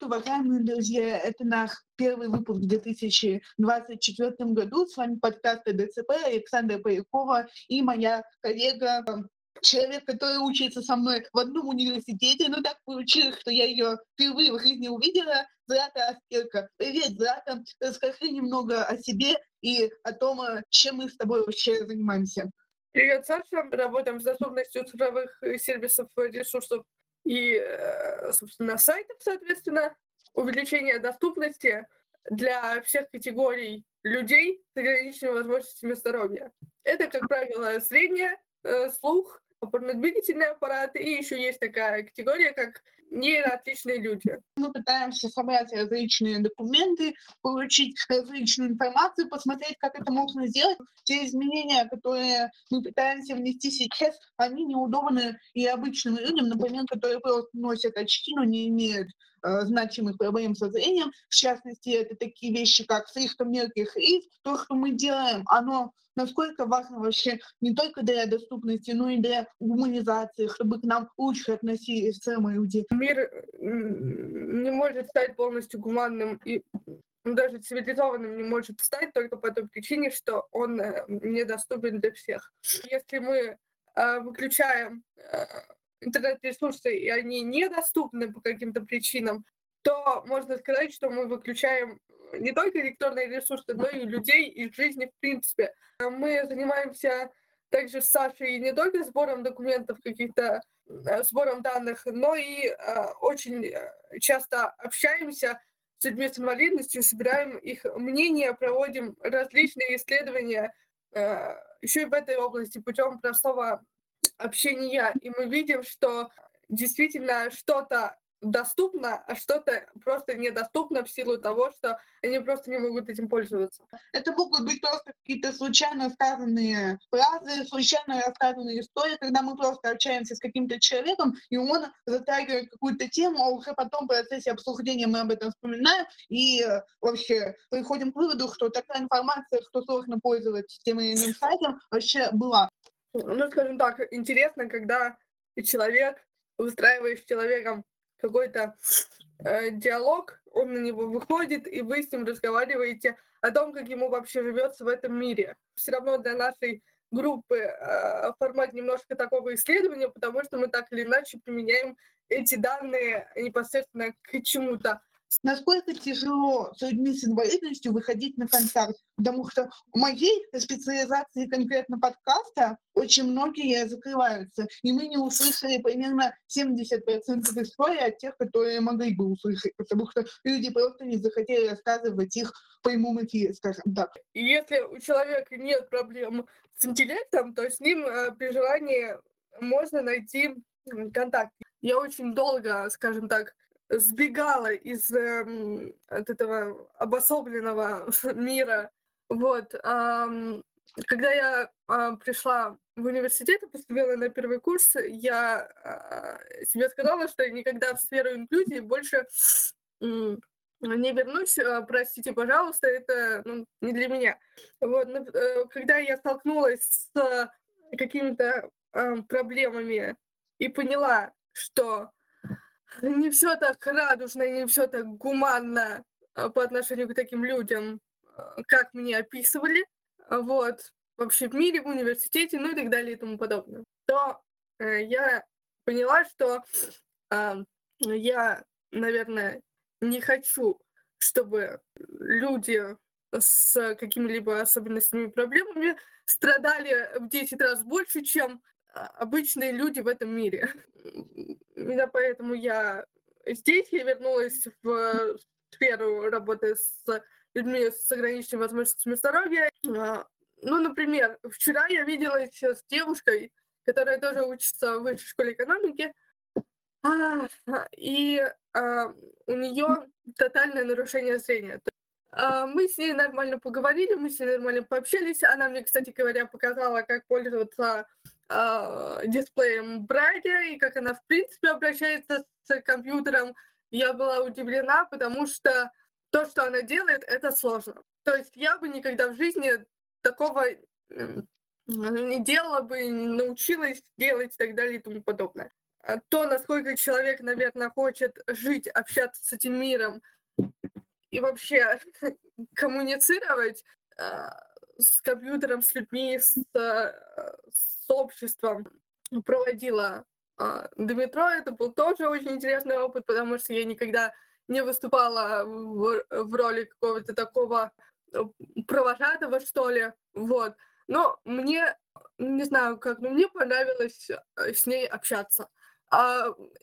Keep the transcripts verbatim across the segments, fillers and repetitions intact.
уважаемые друзья! Это наш первый выпуск в две тысячи двадцать четвёртом году. С вами подкаст ДЦП, Александра Полякова и моя коллега, человек, который учится со мной в одном университете, но так получилось, что я ее впервые в жизни увидела, Злата Аскерка. Привет, Злата! Расскажи немного о себе и о том, чем мы с тобой вообще занимаемся. Привет, Саша. Работаем с доступностью цифровых сервисов, ресурсов и, собственно, сайтов, соответственно. Увеличение доступности для всех категорий людей с ограниченными возможностями здоровья. Это, как правило, средняя, э, слух, опорно-двигательный аппарат, и еще есть такая категория, как нейроотличные люди. Мы пытаемся собрать различные документы, получить различную информацию, посмотреть, как это можно сделать. Те изменения, которые мы пытаемся внести сейчас, они неудобны и обычным людям, например, которые просто носят очки, но не имеют э, значимых проблем со зрением. В частности, это такие вещи, как слишком мелкий риск. То, что мы делаем, оно насколько важно вообще не только для доступности, но и для гуманизации, чтобы к нам лучше относились самые люди. Мир не может стать полностью гуманным и даже цивилизованным не может стать только по той причине, что он недоступен для всех. Если мы э, выключаем э, интернет-ресурсы, и они недоступны по каким-то причинам, то можно сказать, что мы выключаем не только электронные ресурсы, но и людей из жизни в принципе. Мы занимаемся также с Сашей не только сбором документов, каких-то сбором данных, но и э, очень часто общаемся с людьми с инвалидностью, собираем их мнения, проводим различные исследования э, еще и в этой области путем простого общения. И мы видим, что действительно что-то доступно, а что-то просто недоступно в силу того, что они просто не могут этим пользоваться. Это могут быть просто какие-то случайно сказанные фразы, случайно рассказанные истории, когда мы просто общаемся с каким-то человеком, и он затрагивает какую-то тему, а уже потом в процессе обсуждения мы об этом вспоминаем, и вообще приходим к выводу, что такая информация, что сложно пользоваться тем или иным сайтом, вообще была. Ну, скажем так, интересно, когда человек, выстраиваешь с человеком какой-то э, диалог, он на него выходит, и вы с ним разговариваете о том, как ему вообще живется в этом мире. Все равно для нашей группы э, формат немножко такого исследования, потому что мы так или иначе применяем эти данные непосредственно к чему-то. Насколько тяжело с людьми с инвалидностью выходить на контакт, потому что у моей специализации конкретно подкаста очень многие закрываются, и мы не услышали примерно семьдесят процентов историй от тех, которые могли бы услышать, потому что люди просто не захотели рассказывать их в прямом эфире, скажем так. И если у человека нет проблем с интеллектом, то с ним э, при желании можно найти контакт. Я очень долго, скажем так, сбегала из э, от этого обособленного мира. Вот. Э, когда я э, пришла в университет и поступила на первый курс, я э, себе сказала, что я никогда в сферу инклюзии больше э, не вернусь. Э, простите, пожалуйста, это ну, не для меня. Вот. Но, э, когда я столкнулась с какими-то э, проблемами и поняла, что не все так радужно, не все так гуманно по отношению к таким людям, как мне описывали, вот, вообще в мире, в университете, ну и так далее и тому подобное, то э, я поняла, что э, я, наверное, не хочу, чтобы люди с какими-либо особенностями и проблемами страдали в десять раз больше, чем обычные люди в этом мире. Именно поэтому я здесь, я вернулась в сферу работы с людьми с ограниченными возможностями здоровья. Ну, например, вчера я виделась с девушкой, которая тоже учится в высшей школе экономики, и у нее тотальное нарушение зрения. Мы с ней нормально поговорили, мы с ней нормально пообщались. Она мне, кстати говоря, показала, как пользоваться э, дисплеем Брайля и как она, в принципе, обращается с компьютером. Я была удивлена, потому что то, что она делает, это сложно. То есть я бы никогда в жизни такого не делала бы, не научилась делать и так далее и тому подобное. а, то, насколько человек, наверное, хочет жить, общаться с этим миром и вообще коммуницировать а, с компьютером, с людьми, с, а, с обществом, проводила а, до метро. Это был тоже очень интересный опыт, потому что я никогда не выступала в, в роли какого-то такого э, провожатого, что ли. Вот. Но мне, не знаю как, но мне понравилось э, с ней общаться. А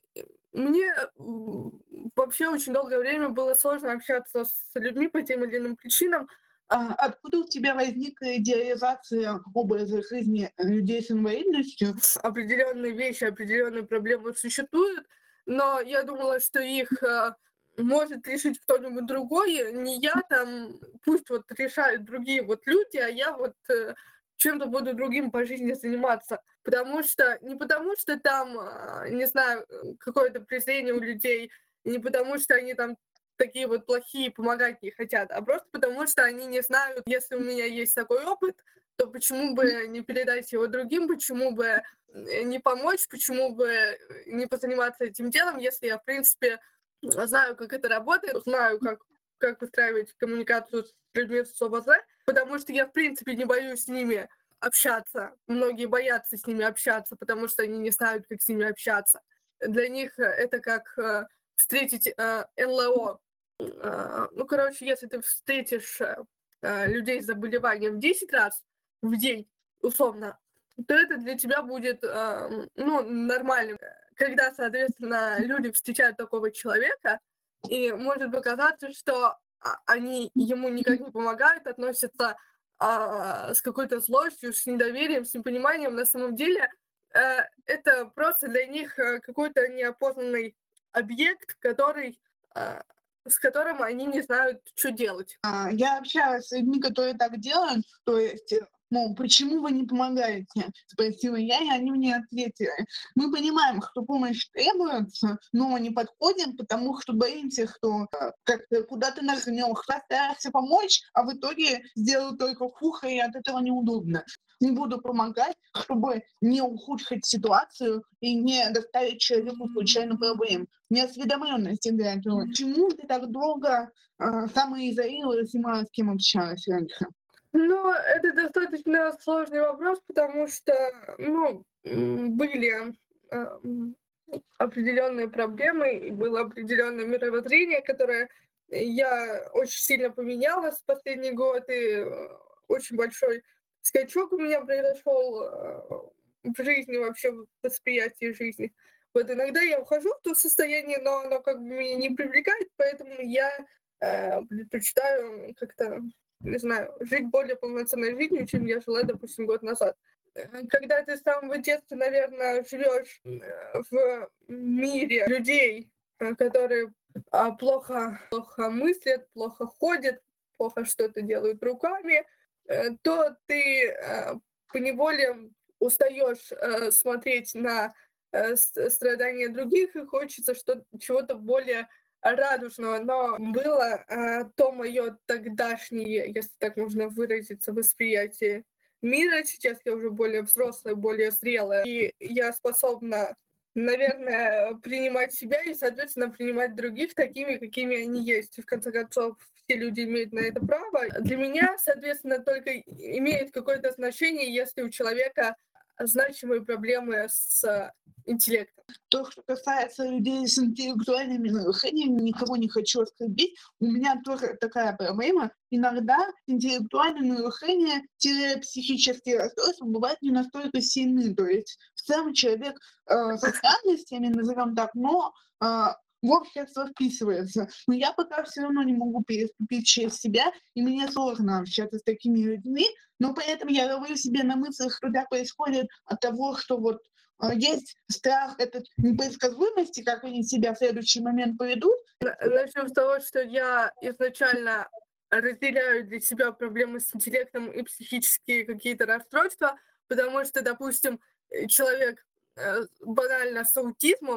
мне м, вообще очень долгое время было сложно общаться с людьми по тем или иным причинам. А откуда у тебя возникла идеализация образа жизни людей с инвалидностью? Определенные вещи, определенные проблемы существуют, но я думала, что их э, может решить кто-нибудь другой, не я там, пусть вот решают другие вот люди, а я вот э, чем-то буду другим по жизни заниматься. Потому что, не потому что там, э, не знаю, э, какое-то презрение у людей, не потому что они там такие вот плохие, помогать не хотят, а просто потому что они не знают, если у меня есть такой опыт, то почему бы не передать его другим, почему бы э, не помочь, почему бы э, не позаниматься этим делом, если я, в принципе, знаю, как это работает, знаю, как, как выстраивать коммуникацию с людьми с ОВЗ, потому что я, в принципе, не боюсь с ними общаться. Многие боятся с ними общаться, потому что они не знают, как с ними общаться. Для них э, это как э, встретить э, эн эл о. Э, ну, короче, если ты встретишь э, э, людей с заболеванием десять раз в день, условно, то это для тебя будет, э, ну, нормальным. Когда, соответственно, люди встречают такого человека, и может показаться, что а, они ему никак не помогают, относятся а, с какой-то злостью, с недоверием, с непониманием. На самом деле э, это просто для них э, какой-то неопознанный объект, который, э, с которым они не знают, что делать. А, Я общалась с людьми, которые так делают, то есть, э, мол, почему вы не помогаете? Спросила я, и они мне ответили. Мы понимаем, что помощь требуется, но мы не подходим, потому что боимся, что э, как-то куда-то нагнешь, стараешься помочь, а в итоге сделаю только хуже, и от этого неудобно. Не буду помогать, чтобы не ухудшить ситуацию и не доставить человеку случайно проблем. Неосведомленность играет роль. Почему ты так долго а, самоизолировалась и мало с кем общалась раньше? Ну, это достаточно сложный вопрос, потому что, ну, м, были а, м, определенные проблемы, и было определенное мировоззрение, которое я очень сильно поменялось в последний год, и э, очень большой скачок у меня произошел э, в жизни, вообще в восприятии жизни. Вот иногда я ухожу в то состояние, но оно как бы меня не привлекает, поэтому я э, предпочитаю как-то, не знаю, жить более полноценной жизнью, чем я жила, допустим, год назад. Э, Когда ты с самого детства, наверное, живешь э, в мире людей, э, которые а, плохо, плохо мыслят, плохо ходят, плохо что-то делают руками, э, то ты э, поневоле устаешь э, смотреть на э, с- страдания других, и хочется что чего-то более радужного. Но было э, то мое тогдашнее, если так можно выразиться, восприятие мира. Сейчас я уже более взрослая, более зрелая, и я способна, наверное, принимать себя и, соответственно, принимать других такими, какими они есть. И, в конце концов, все люди имеют на это право. Для меня, соответственно, только имеет какое-то значение, если у человека значимые проблемы с интеллектом. То, что касается людей с интеллектуальными нарушениями, никого не хочу оскорбить, у меня тоже такая проблема. Иногда интеллектуальные нарушения, психические расстройства бывают не настолько сильны. То есть в целом человек э, со странностями, назовем так, но э, в общество вписывается. Но я пока все равно не могу переступить через себя, и мне сложно общаться с такими людьми, но при этом я ловлю себе на мыслях, что так происходит от того, что вот а, есть страх этот непредсказуемости, как они себя в следующий момент поведут. Начнем с того, что я изначально разделяю для себя проблемы с интеллектом и психические какие-то расстройства, потому что, допустим, э, человек э, банально с аутизмом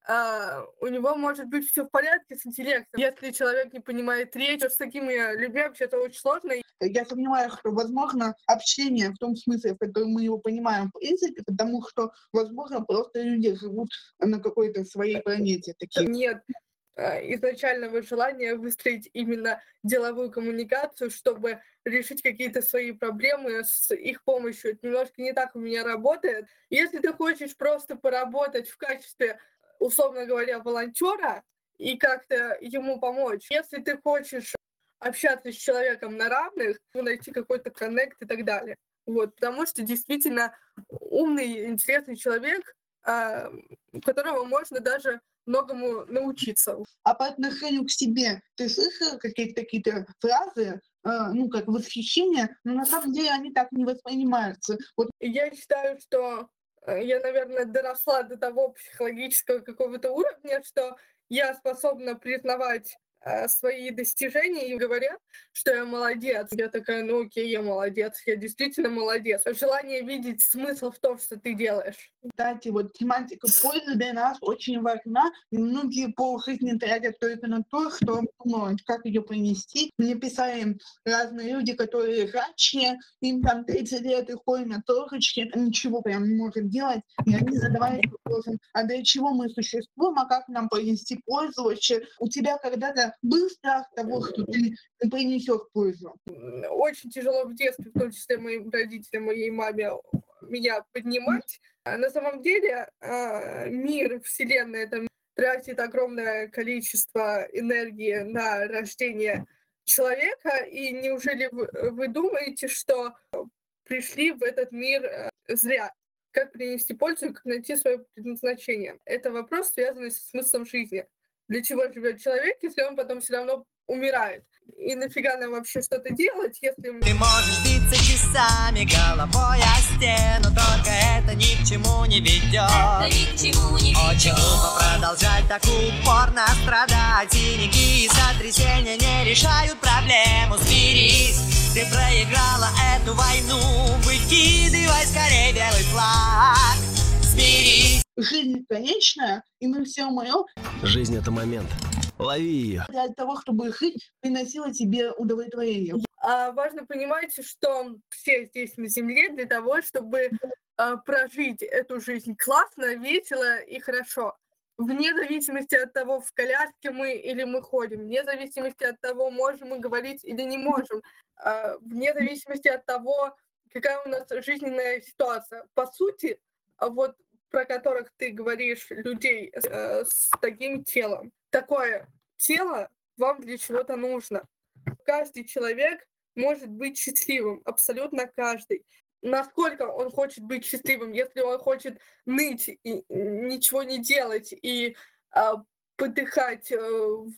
а, у него может быть все в порядке с интеллектом. Если человек не понимает речь, то с такими людьми вообще-то очень сложно. Я сомневаюсь, что возможно общение в том смысле, в котором мы его понимаем в принципе, потому что, возможно, просто люди живут на какой-то своей планете такие. Нет а, изначального желания выстроить именно деловую коммуникацию, чтобы решить какие-то свои проблемы с их помощью. Это немножко не так у меня работает. Если ты хочешь просто поработать в качестве, условно говоря, волонтера и как-то ему помочь, если ты хочешь общаться с человеком на равных, найти какой-то коннект и так далее. Вот, потому что действительно умный, интересный человек, а, у которого можно даже многому научиться. А по отношению к себе ты слышала какие-то такие-то фразы, э, ну, как восхищение, но на самом деле они так не воспринимаются. Вот Я считаю, что э, я, наверное, доросла до того психологического какого-то уровня, что я способна признавать э, свои достижения и говорят, что я молодец. Я такая, ну окей, я молодец, я действительно молодец. Желание видеть смысл в том, что ты делаешь. Кстати, вот тематика пользы для нас очень важна. И многие полжизни тратят только на то, что думают, как ее принести. Мне писали разные люди, которые раньше, им там тридцать лет и ходят на торочке, ничего прям не может делать. И они задавались вопросом, а для чего мы существуем, а как нам принести пользу вообще? У тебя когда-то был страх того, что ты, ты принесешь пользу? Очень тяжело в детстве, в том числе моим родителям, моей маме, меня поднимать. А на самом деле а, мир, Вселенная, это тратит огромное количество энергии на рождение человека, и неужели вы, вы думаете, что пришли в этот мир э, зря? Как принести пользу и как найти свое предназначение? Это вопрос, связанный со смыслом жизни. Для чего живет человек, если он потом все равно умирает? И нафига нам вообще что-то делать, если... Ты можешь биться часами головой о стену, только это ни к чему не ведет. Это ни к чему не ведет. Очень глупо продолжать так упорно страдать. Синяки и сотрясения не решают проблему. Смирись, ты проиграла эту войну. Выкидывай скорее белый флаг. Смирись. Жизнь конечная, и мы все умрем. Жизнь — это момент. Лови ее. Для того, чтобы жить, приносила тебе удовлетворение. А важно понимать, что все здесь на Земле для того, чтобы а, прожить эту жизнь классно, весело и хорошо. Вне зависимости от того, в коляске мы или мы ходим, вне зависимости от того, можем мы говорить или не можем, а, вне зависимости от того, какая у нас жизненная ситуация. По сути, вот про которых ты говоришь, людей э, с таким телом. Такое тело вам для чего-то нужно. Каждый человек может быть счастливым, абсолютно каждый. Насколько он хочет быть счастливым, если он хочет ныть и ничего не делать и э, подыхать э,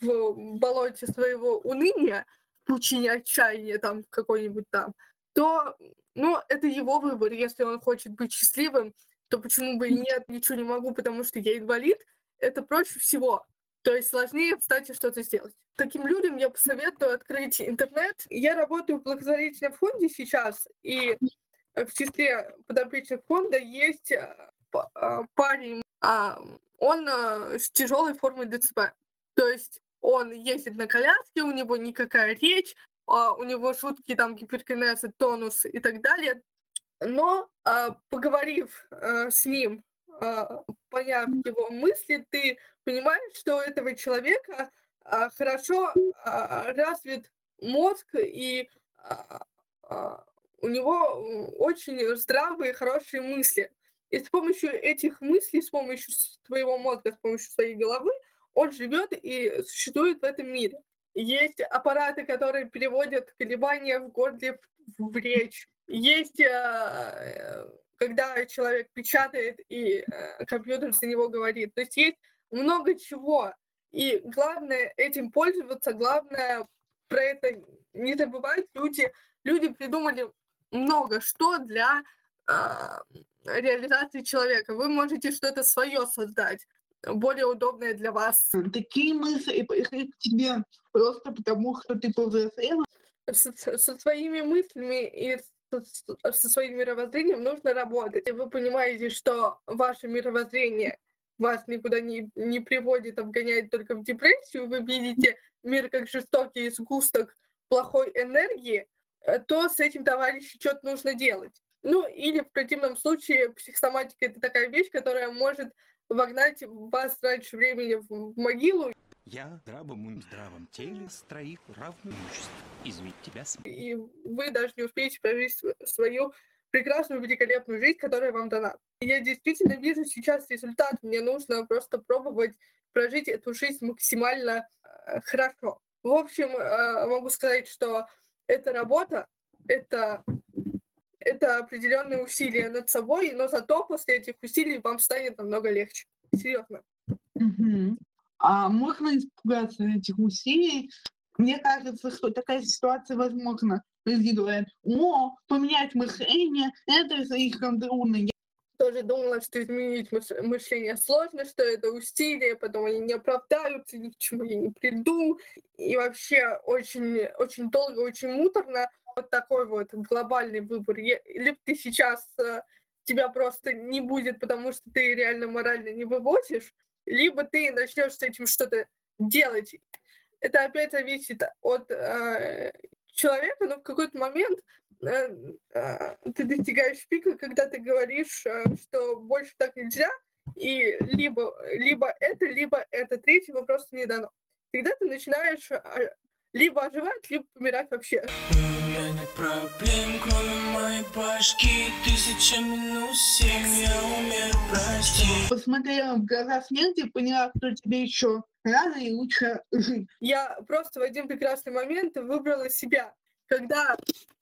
в болоте своего уныния, в пучине отчаяния там какой-нибудь там, то, ну, это его выбор. Если он хочет быть счастливым, то почему бы и нет, ничего не могу, потому что я инвалид, это проще всего. То есть сложнее встать и что-то сделать. Таким людям я посоветую открыть интернет. Я работаю в благотворительном фонде сейчас, и в числе подопечных фонда есть парень, он с тяжелой формой ДЦП. То есть он ездит на коляске, у него никакая речь, у него жуткий там гиперкинез, тонус и так далее. Но а, поговорив а, с ним, а, поняв его мысли, ты понимаешь, что у этого человека а, хорошо а, развит мозг, и а, а, у него очень здравые, хорошие мысли. И с помощью этих мыслей, с помощью своего мозга, с помощью своей головы, он живет и существует в этом мире. Есть аппараты, которые переводят колебания в горле в, в речь. Есть, когда человек печатает, и компьютер за него говорит. То есть есть много чего. И главное этим пользоваться, главное про это не забывать. Люди, люди придумали много что для реализации человека. Вы можете что-то свое создать, более удобное для вас. Такие мысли пришли к тебе просто потому, что ты повзрослела? Со, со своими мыслями и со, со своим мировоззрением нужно работать. И вы понимаете, что ваше мировоззрение вас никуда не, не приводит, обгоняет только в депрессию, вы видите мир как жестокий сгусток плохой энергии, то с этим, товарищи, что-то нужно делать. Ну, или в противном случае психосоматика — это такая вещь, которая может вогнать вас раньше времени в могилу. Я в здравом, здравом теле строих равное имущество. Извини тебя. И вы даже не успеете прожить свою прекрасную, великолепную жизнь, которая вам дана. Я действительно вижу сейчас результат. Мне нужно просто пробовать прожить эту жизнь максимально э, хорошо. В общем, э, могу сказать, что эта работа, это, это определенные усилия над собой, но зато после этих усилий вам станет намного легче. Серьезно. Мгм. А можно испугаться этих усилий? Мне кажется, что такая ситуация возможна. Люди говорят: о, поменять мышление — это слишком трудно. Я Тоже думала, что изменить мыш- мышление сложно, что это усилия, потом они не оправдаются, ни к чему я не приду. И вообще очень, очень долго, очень муторно. Вот такой вот глобальный выбор. Е- Либо ты сейчас, э, тебя просто не будет, потому что ты реально морально не вывозишь, либо ты начнешь с этим что-то делать. Это опять зависит от э, человека, но в какой-то момент э, э, ты достигаешь пика, когда ты говоришь, э, что больше так нельзя, и либо, либо это, либо это, третьего просто не дано. Тогда ты начинаешь э, либо оживать, либо помирать вообще. У меня нет проблем, кроме моей башки. Тысяча минус семь, я умею простить. посмотрела в глаза смерти, поняла, что тебе еще рано и лучше жить. Я просто в один прекрасный момент выбрала себя. Когда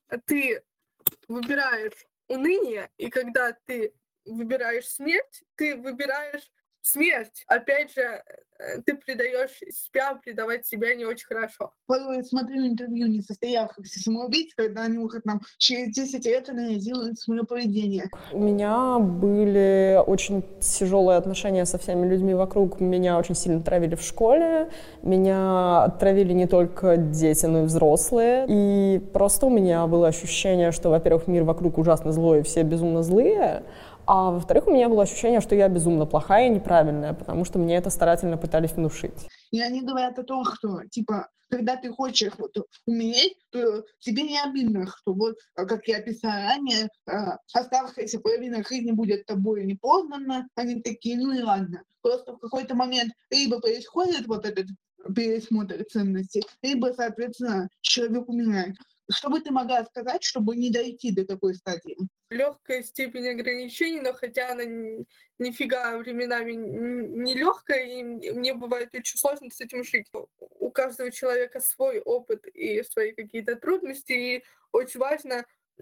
ты выбираешь уныние, и когда ты выбираешь смерть, ты выбираешь смерть. Опять же, э, ты предаешь себя, предавать себя не очень хорошо. Порой смотрю интервью несостоявшихся самоубийц, когда они уже там через десять лет анализируют свое поведение. У меня были очень тяжелые отношения со всеми людьми вокруг. Меня очень сильно травили в школе. Меня травили не только дети, но и взрослые. И просто у меня было ощущение, что, во-первых, мир вокруг ужасно злой, и все безумно злые. А во-вторых, у меня было ощущение, что я безумно плохая и неправильная, потому что мне это старательно пытались внушить. И они говорят о том, что, типа, когда ты хочешь вот умереть, то тебе не обидно, что вот, а, как я писала ранее, а, оставшаяся половина жизни будет тобой непознанна. Они такие: ну и ладно. Просто в какой-то момент либо происходит вот этот пересмотр ценностей, либо, соответственно, человек умирает. Что бы ты могла сказать, чтобы не дойти до такой стадии? Легкая степень ограничений, но хотя она н- нифига временами н- не легкая, и м- мне бывает очень сложно с этим жить. У каждого человека свой опыт и свои какие-то трудности, и очень важно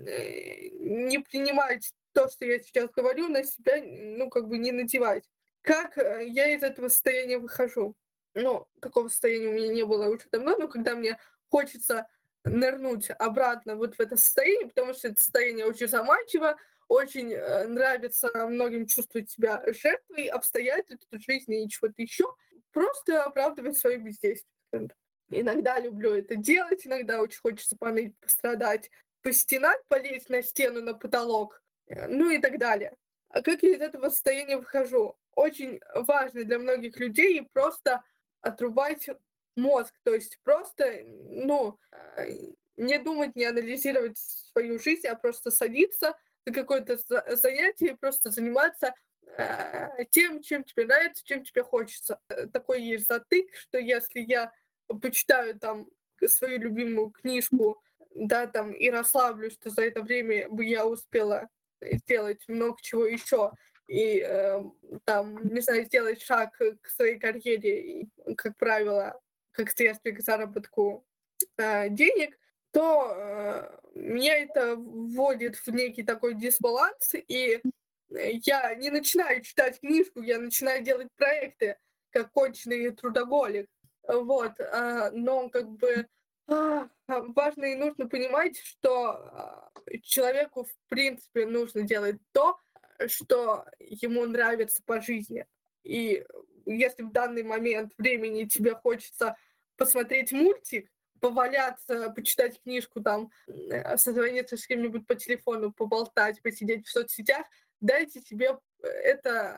э, не принимать то, что я сейчас говорю, на себя, ну, как бы не надевать. Как э, я из этого состояния выхожу? Ну, такого состояния у меня не было уже давно, но когда мне хочется нырнуть обратно вот в это состояние, потому что это состояние очень заманчиво, очень э, нравится многим чувствовать себя жертвой обстоятельств жизни и чего-то еще, просто оправдывать свое бездействие. скажем так. Иногда люблю это делать, иногда очень хочется поныть, пострадать, постенать, полезть на стену, на потолок, э, ну и так далее. А как я из этого состояния выхожу? Очень важно для многих людей просто отрубать мозг, то есть просто, ну, э, не думать, не анализировать свою жизнь, а просто садиться на какое-то за- занятие и просто заниматься э, тем, чем тебе нравится, чем тебе хочется. Э, Такой есть затык, что если я почитаю там свою любимую книжку, да, там, и расслаблюсь, что за это время бы я успела сделать много чего еще, и э, там, не знаю, сделать шаг к своей карьере, и, как правило, как следствие к заработку э, денег, то э, меня это вводит в некий такой дисбаланс, и э, я не начинаю читать книжку, я начинаю делать проекты, как конченый трудоголик. Вот, а, но как бы а, а, важно и нужно понимать, что а, человеку в принципе нужно делать то, что ему нравится по жизни. И если в данный момент времени тебе хочется посмотреть мультик, поваляться, почитать книжку, там, э, созвониться с кем-нибудь по телефону, поболтать, посидеть в соцсетях, дайте себе это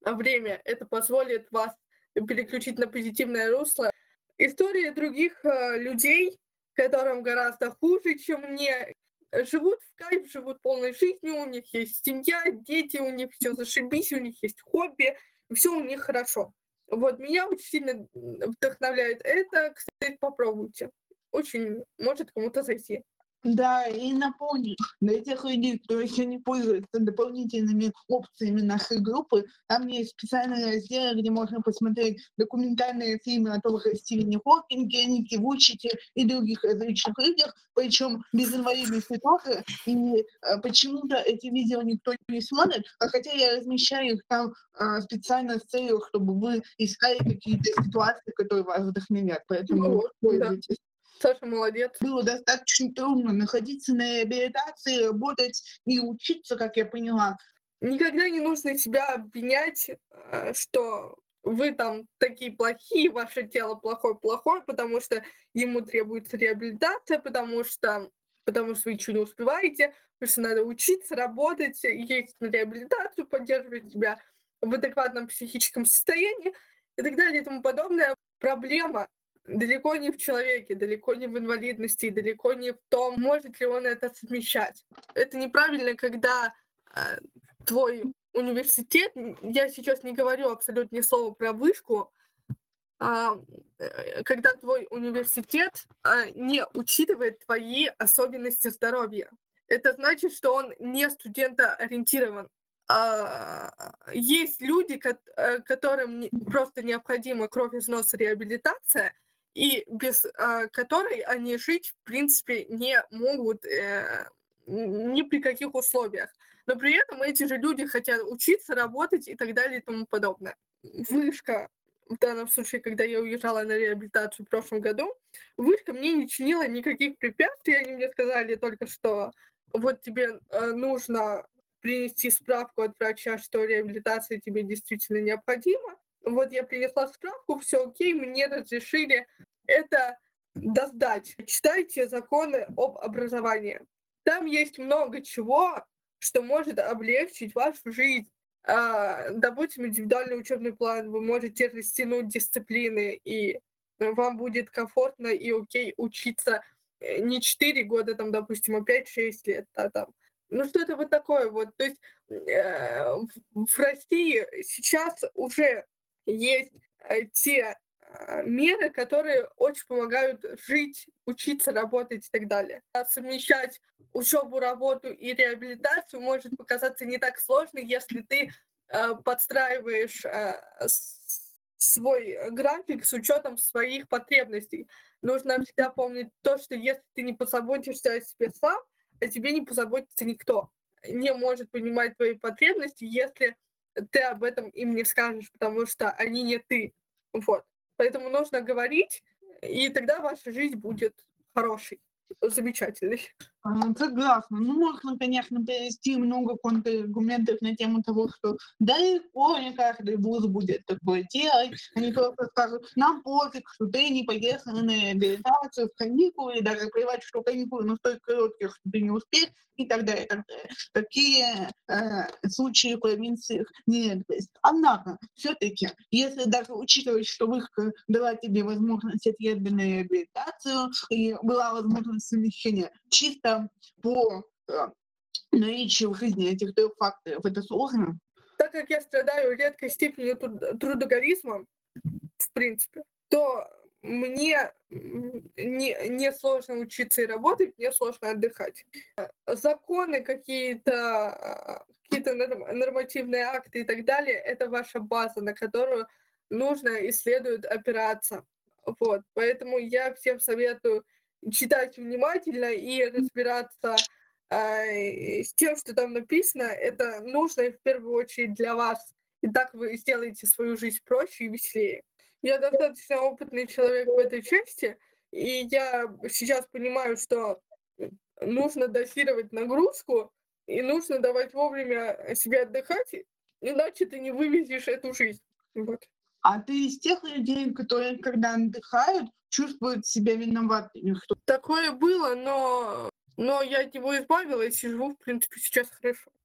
время. Это позволит вас переключить на позитивное русло. Истории других э, людей, которым гораздо хуже, чем мне, живут в кайф, живут полной жизнью, у них есть семья, дети, у них все зашибись, у них есть хобби, все у них хорошо. Вот меня очень сильно вдохновляет это. Кстати, попробуйте. Очень может кому-то зайти. Да, и напомню, для тех людей, кто еще не пользуется дополнительными опциями нашей группы, там есть специальный раздел, где можно посмотреть документальные фильмы о том, как Стивене Хокинге, Нике Вучиче и других различных людях, причем без инвалидности тоже. И э, почему-то эти видео никто не смотрит, а хотя я размещаю их там э, специально с целью, чтобы вы искали какие-то ситуации, которые вас вдохновят. Поэтому Ну, да. пользуйтесь. Саша молодец. Было достаточно трудно находиться на реабилитации, работать и учиться, как я поняла. Никогда не нужно себя обвинять, э, что вы там такие плохие, ваше тело плохое-плохое, потому что ему требуется реабилитация, потому что, потому что вы ничего не успеваете, потому что надо учиться, работать, ездить на реабилитацию, поддерживать себя в адекватном психическом состоянии и так далее и тому подобное. Проблема далеко не в человеке, далеко не в инвалидности, далеко не в том, может ли он это совмещать. Это неправильно, когда э, твой университет, я сейчас не говорю абсолютно ни слова про вышку, а, э, когда твой университет э, не учитывает твои особенности здоровья. Это значит, что он не студентоориентирован. А, есть люди, которым просто необходима кровь из носа реабилитация, и без э, которой они жить, в принципе, не могут э, ни при каких условиях. Но при этом эти же люди хотят учиться, работать и так далее и тому подобное. Вышка, в данном случае, когда я уезжала на реабилитацию в прошлом году, вышка мне не чинила никаких препятствий. Они мне сказали только, что вот тебе э, нужно принести справку от врача, что реабилитация тебе действительно необходима. Вот я принесла справку, все окей, мне разрешили это сдать. Читайте законы об образовании. Там есть много чего, что может облегчить вашу жизнь. А, допустим, индивидуальный учебный план, вы можете растянуть дисциплины, и вам будет комфортно и окей учиться не четыре года, там, допустим, а пять-шесть лет, а там. Ну, что-то вот такое вот. То есть э, в России сейчас уже есть э, те э, меры, которые очень помогают жить, учиться, работать и так далее. А совмещать учебу, работу и реабилитацию может показаться не так сложно, если ты э, подстраиваешь э, свой график с учетом своих потребностей. Нужно всегда помнить то, что если ты не позаботишься о себе сам, о тебе не позаботится никто. Не может понимать твои потребности, если ты об этом им не скажешь, потому что они не ты. Вот. Поэтому нужно говорить, и тогда ваша жизнь будет хорошей, замечательной. Согласна. Ну, можно, конечно, привести много контраргументов на тему того, что далеко не каждый вуз будет такое делать. Они просто скажут, нам пофиг, что ты не поехала на реабилитацию в каникулы, даже плевать, что каникулы настолько короткие, что ты не успеешь, и так далее, и так далее. Такие э, случаи в провинциях не редкость. Однако, все-таки, если даже учитывать, что Вышка дала тебе возможность отъезда на реабилитацию, и была возможность совмещения чисто по э, наличию в жизни этих трех факторов, это сложно? Так как я страдаю редкой степенью трудоголизма, в принципе, то мне не, не сложно учиться и работать, мне сложно отдыхать. Законы какие-то, какие-то нормативные акты и так далее, это ваша база, на которую нужно и следует опираться. Вот. Поэтому я всем советую читать внимательно и разбираться э, с тем, что там написано. Это нужно и в первую очередь для вас. И так вы сделаете свою жизнь проще и веселее. Я достаточно опытный человек в этой части, и я сейчас понимаю, что нужно дозировать нагрузку, и нужно давать вовремя себе отдыхать, иначе ты не вывезешь эту жизнь. Вот. А ты из тех людей, которые, когда отдыхают, чувствуют себя виноватыми? Такое было, но, но я от него избавилась и живу, в принципе, сейчас хорошо.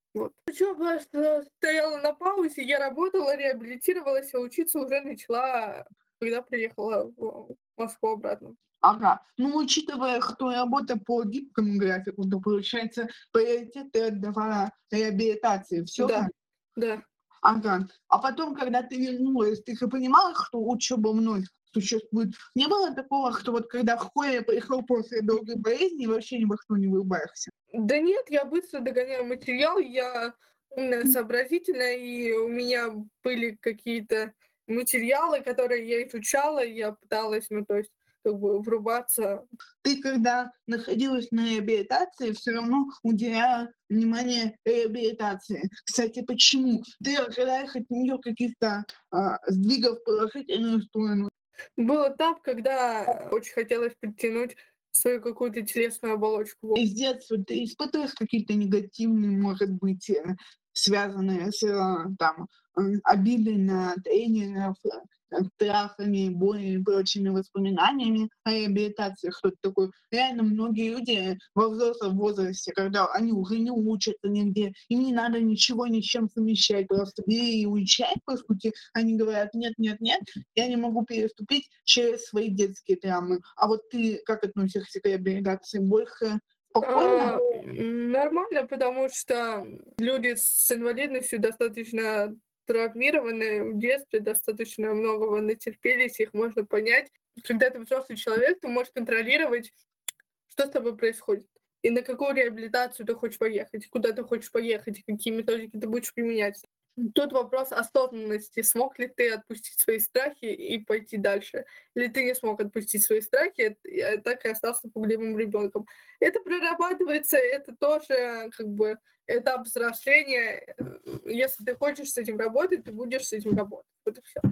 Вот. Учеба стояла на паузе, я работала, реабилитировалась, а учиться уже начала, когда приехала в Москву обратно. Ага. Ну, учитывая, что работа по гибкому графику, то, получается, приоритет ты отдавала реабилитации. Все Да, так? да. Ага. А потом, когда ты вернулась, ты же понимала, что учеба вновь существует? Не было такого, что вот когда в Коля пришел после долгой болезни, вообще ни во что не врубаешься? Да нет, я быстро догоняю материал, я умная, сообразительная, и у меня были какие-то материалы, которые я изучала, и я пыталась, ну, то есть, как бы врубаться. Ты, когда находилась на реабилитации, все равно уделяла внимание реабилитации. Кстати, почему? Ты ожидаешь от нее каких-то а, сдвигов в положительную сторону? Был этап, когда очень хотелось подтянуть свою какую-то телесную оболочку. Из детства ты испытываешь какие-то негативные, может быть, э, связанные с э, там, э, обидой на тренеров, э, страхами, болями и прочими воспоминаниями о реабилитации, что-то такое. Реально многие люди во взрослом возрасте, когда они уже не учатся нигде, им не надо ничего ни с чем совмещать, просто бери и уезжай, по сути, они говорят, нет, нет, нет, я не могу переступить через свои детские травмы. А вот ты как относишься к реабилитации? Больше спокойно? А, м, Нормально, потому что люди с инвалидностью достаточно травмированы в детстве, достаточно многого натерпелись, их можно понять. Когда ты взрослый человек, ты можешь контролировать, что с тобой происходит, и на какую реабилитацию ты хочешь поехать, куда ты хочешь поехать, и какие методики ты будешь применять. Тут вопрос осознанности. Смог ли ты отпустить свои страхи и пойти дальше? Или ты не смог отпустить свои страхи, и так и остался пугливым ребенком? Это прорабатывается, это тоже как бы этап взросления. Если ты хочешь с этим работать, ты будешь с этим работать. Вот и все.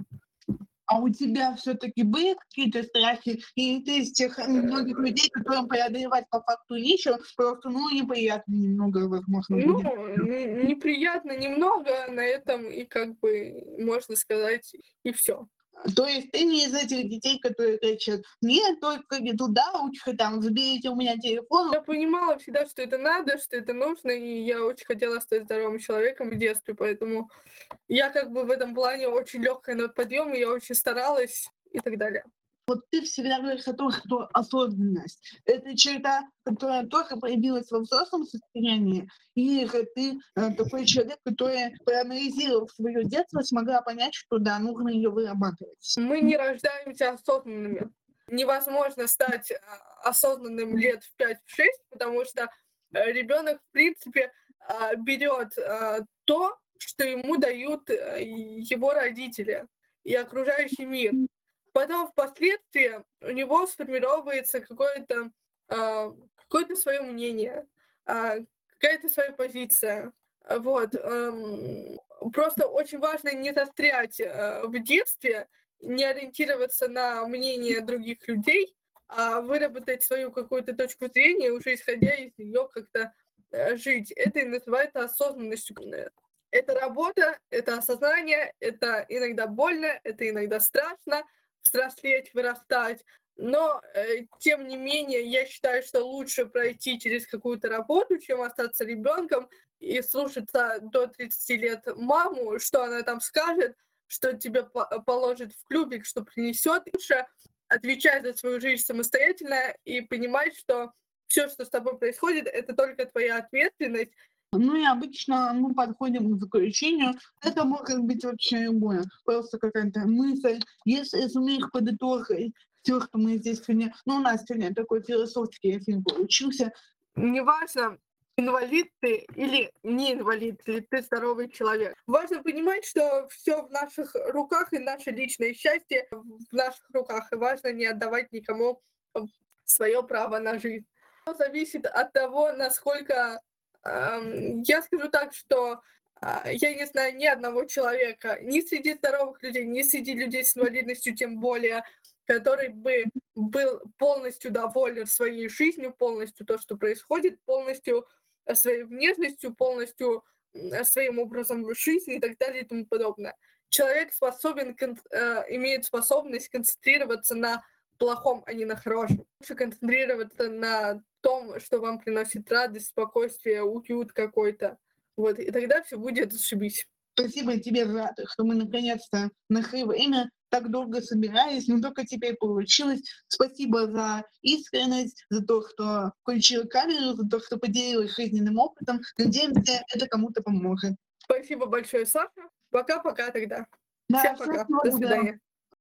А у тебя все-таки были какие-то страхи? И ты из тех многих людей, которым преодолевать по факту нечего, просто, ну, неприятно немного, возможно, Ну, будет. н- неприятно немного на этом, и как бы можно сказать, и все. То есть ты не из этих детей, которые кричат, нет, только не туда, лучше там, заберите у меня телефон. Я понимала всегда, что это надо, что это нужно, и я очень хотела стать здоровым человеком в детстве, поэтому я как бы в этом плане очень легкая на подъем, и я очень старалась и так далее. Вот ты всегда говоришь о том, что осознанность — это черта, которая только появилась во взрослом состоянии, или же ты э, такой человек, который, проанализировав свое детство, смогла понять, что да, нужно ее вырабатывать. Мы не рождаемся осознанными. Невозможно стать а, осознанным лет в пять-шесть, потому что ребенок, в принципе, а, берет а, то, что ему дают а, его родители и окружающий мир. Потом впоследствии у него сформировывается какое-то а, какое-то свое мнение, а, какая-то своя позиция. Вот. эм, Просто очень важно не застрять э, в детстве, не ориентироваться на мнение других людей, а выработать свою какую-то точку зрения, уже исходя из нее как-то э, жить. Это и называется осознанностью. Это работа, это осознание, это иногда больно, это иногда страшно, взрослеть, вырастать. Но, э, тем не менее, я считаю, что лучше пройти через какую-то работу, чем остаться ребенком и слушаться до тридцати лет маму, что она там скажет, что тебе по- положит в клювик, что принесет. Лучше отвечать за свою жизнь самостоятельно и понимать, что все, что с тобой происходит, это только твоя ответственность. Ну и обычно мы подходим к заключению. Это может быть вообще любое. Просто какая-то мысль. Если сумеешь подытожить все, что мы здесь сегодня... Ну, у нас сегодня такой философский эфир получился. Неважно, инвалид ты или не инвалид, или ты здоровый человек. Важно понимать, что все в наших руках, и наше личное счастье в наших руках. И важно не отдавать никому свое право на жизнь. Все зависит от того, насколько... эм, я скажу так, что э, я не знаю ни одного человека, ни среди здоровых людей, ни среди людей с инвалидностью, тем более, который бы был полностью доволен своей жизнью, полностью то, что происходит, полностью своей внешностью, полностью своим образом жизни и так далее и тому подобное. Человек способен, э, имеет способность концентрироваться на плохом, а не на хорошем. Лучше концентрироваться на том, что вам приносит радость, спокойствие, уют какой-то. Вот, и тогда все будет зашибись. Спасибо тебе, Злата, что мы наконец-то нашли время, так долго собирались, но только теперь получилось. Спасибо за искренность, за то, что включила камеру, за то, что поделилась жизненным опытом. Надеемся, это кому-то поможет. Спасибо большое, Саша. Пока-пока тогда. Да, Всем всем пока. всего До доброго. свидания.